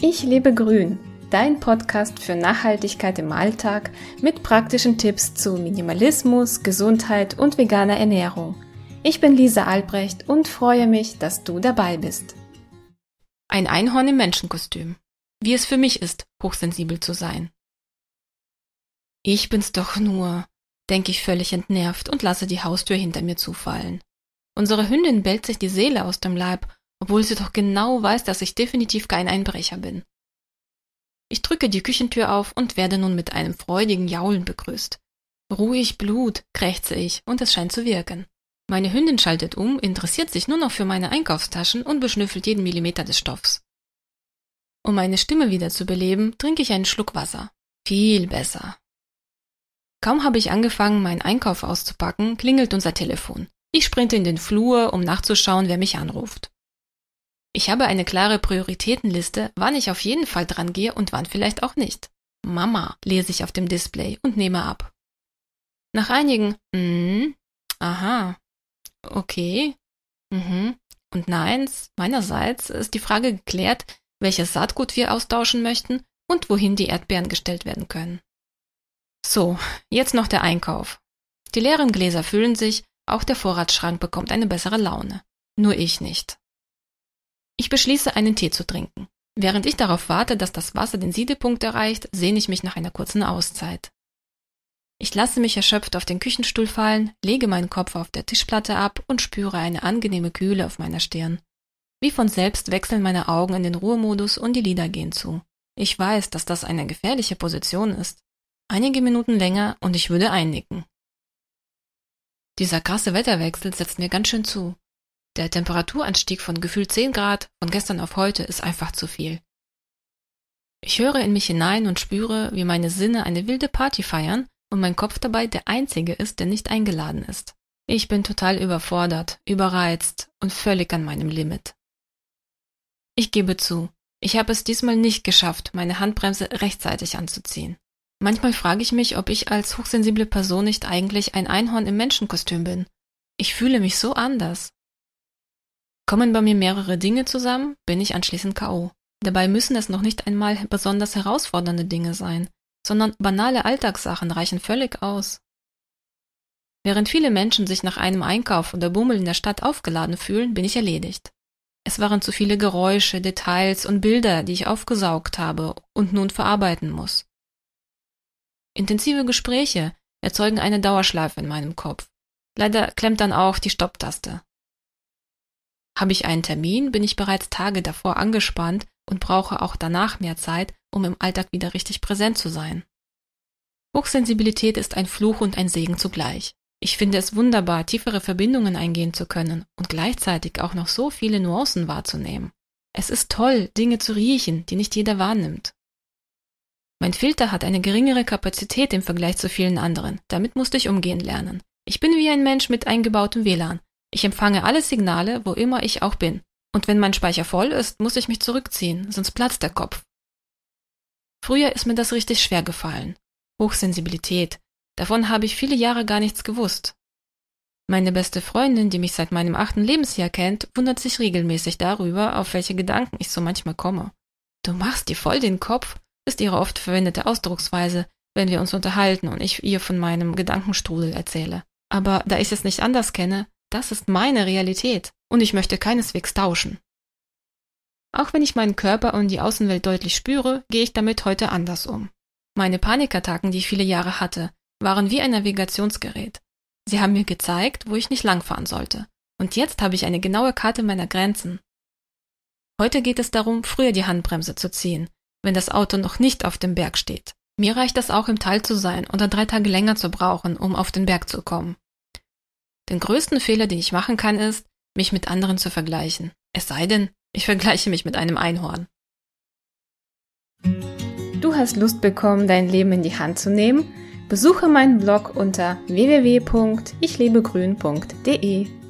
Ich lebe grün, dein Podcast für Nachhaltigkeit im Alltag mit praktischen Tipps zu Minimalismus, Gesundheit und veganer Ernährung. Ich bin Lisa Albrecht und freue mich, dass du dabei bist. Ein Einhorn im Menschenkostüm. Wie es für mich ist, hochsensibel zu sein. Ich bin's doch nur, denke ich völlig entnervt und lasse die Haustür hinter mir zufallen. Unsere Hündin bellt sich die Seele aus dem Leib, obwohl sie doch genau weiß, dass ich definitiv kein Einbrecher bin. Ich drücke die Küchentür auf und werde nun mit einem freudigen Jaulen begrüßt. Ruhig Blut, krächze ich, und es scheint zu wirken. Meine Hündin schaltet um, interessiert sich nur noch für meine Einkaufstaschen und beschnüffelt jeden Millimeter des Stoffs. Um meine Stimme wieder zu beleben, trinke ich einen Schluck Wasser. Viel besser. Kaum habe ich angefangen, meinen Einkauf auszupacken, klingelt unser Telefon. Ich sprinte in den Flur, um nachzuschauen, wer mich anruft. Ich habe eine klare Prioritätenliste, wann ich auf jeden Fall dran gehe und wann vielleicht auch nicht. Mama, lese ich auf dem Display und nehme ab. Nach einigen aha, okay, und Neins meinerseits ist die Frage geklärt, welches Saatgut wir austauschen möchten und wohin die Erdbeeren gestellt werden können. So, jetzt noch der Einkauf. Die leeren Gläser füllen sich, auch der Vorratsschrank bekommt eine bessere Laune. Nur ich nicht. Ich beschließe, einen Tee zu trinken. Während ich darauf warte, dass das Wasser den Siedepunkt erreicht, sehne ich mich nach einer kurzen Auszeit. Ich lasse mich erschöpft auf den Küchenstuhl fallen, lege meinen Kopf auf der Tischplatte ab und spüre eine angenehme Kühle auf meiner Stirn. Wie von selbst wechseln meine Augen in den Ruhemodus und die Lider gehen zu. Ich weiß, dass das eine gefährliche Position ist. Einige Minuten länger und ich würde einnicken. Dieser krasse Wetterwechsel setzt mir ganz schön zu. Der Temperaturanstieg von gefühlt 10 Grad von gestern auf heute ist einfach zu viel. Ich höre in mich hinein und spüre, wie meine Sinne eine wilde Party feiern und mein Kopf dabei der einzige ist, der nicht eingeladen ist. Ich bin total überfordert, überreizt und völlig an meinem Limit. Ich gebe zu, ich habe es diesmal nicht geschafft, meine Handbremse rechtzeitig anzuziehen. Manchmal frage ich mich, ob ich als hochsensible Person nicht eigentlich ein Einhorn im Menschenkostüm bin. Ich fühle mich so anders. Kommen bei mir mehrere Dinge zusammen, bin ich anschließend K.O. Dabei müssen es noch nicht einmal besonders herausfordernde Dinge sein, sondern banale Alltagssachen reichen völlig aus. Während viele Menschen sich nach einem Einkauf oder Bummel in der Stadt aufgeladen fühlen, bin ich erledigt. Es waren zu viele Geräusche, Details und Bilder, die ich aufgesaugt habe und nun verarbeiten muss. Intensive Gespräche erzeugen eine Dauerschleife in meinem Kopf. Leider klemmt dann auch die Stopptaste. Habe ich einen Termin, bin ich bereits Tage davor angespannt und brauche auch danach mehr Zeit, um im Alltag wieder richtig präsent zu sein. Hochsensibilität ist ein Fluch und ein Segen zugleich. Ich finde es wunderbar, tiefere Verbindungen eingehen zu können und gleichzeitig auch noch so viele Nuancen wahrzunehmen. Es ist toll, Dinge zu riechen, die nicht jeder wahrnimmt. Mein Filter hat eine geringere Kapazität im Vergleich zu vielen anderen. Damit musste ich umgehen lernen. Ich bin wie ein Mensch mit eingebautem WLAN. Ich empfange alle Signale, wo immer ich auch bin. Und wenn mein Speicher voll ist, muss ich mich zurückziehen, sonst platzt der Kopf. Früher ist mir das richtig schwer gefallen. Hochsensibilität. Davon habe ich viele Jahre gar nichts gewusst. Meine beste Freundin, die mich seit meinem 8. Lebensjahr kennt, wundert sich regelmäßig darüber, auf welche Gedanken ich so manchmal komme. Du machst dir voll den Kopf, ist ihre oft verwendete Ausdrucksweise, wenn wir uns unterhalten und ich ihr von meinem Gedankenstrudel erzähle. Aber da ich es nicht anders kenne, das ist meine Realität und ich möchte keineswegs tauschen. Auch wenn ich meinen Körper und die Außenwelt deutlich spüre, gehe ich damit heute anders um. Meine Panikattacken, die ich viele Jahre hatte, waren wie ein Navigationsgerät. Sie haben mir gezeigt, wo ich nicht langfahren sollte. Und jetzt habe ich eine genaue Karte meiner Grenzen. Heute geht es darum, früher die Handbremse zu ziehen, wenn das Auto noch nicht auf dem Berg steht. Mir reicht es auch, im Tal zu sein oder 3 Tage länger zu brauchen, um auf den Berg zu kommen. Den größten Fehler, den ich machen kann, ist, mich mit anderen zu vergleichen. Es sei denn, ich vergleiche mich mit einem Einhorn. Du hast Lust bekommen, dein Leben in die Hand zu nehmen? Besuche meinen Blog unter www.ichlebegrün.de.